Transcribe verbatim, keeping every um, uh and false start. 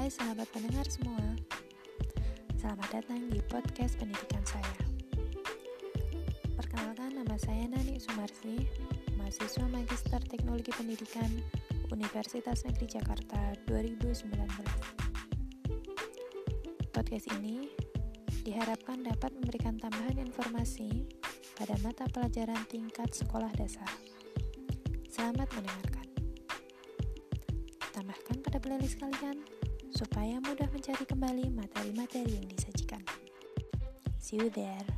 Hai sahabat pendengar semua, selamat datang di podcast pendidikan saya. Perkenalkan, nama saya Nani Sumarsi, mahasiswa Magister Teknologi Pendidikan Universitas Negeri Jakarta dua ribu sembilan belas. Podcast ini diharapkan dapat memberikan tambahan informasi pada mata pelajaran tingkat sekolah dasar. Selamat mendengarkan. Tambahkan pada playlist kalian supaya mudah mencari kembali materi-materi yang disajikan. See you there.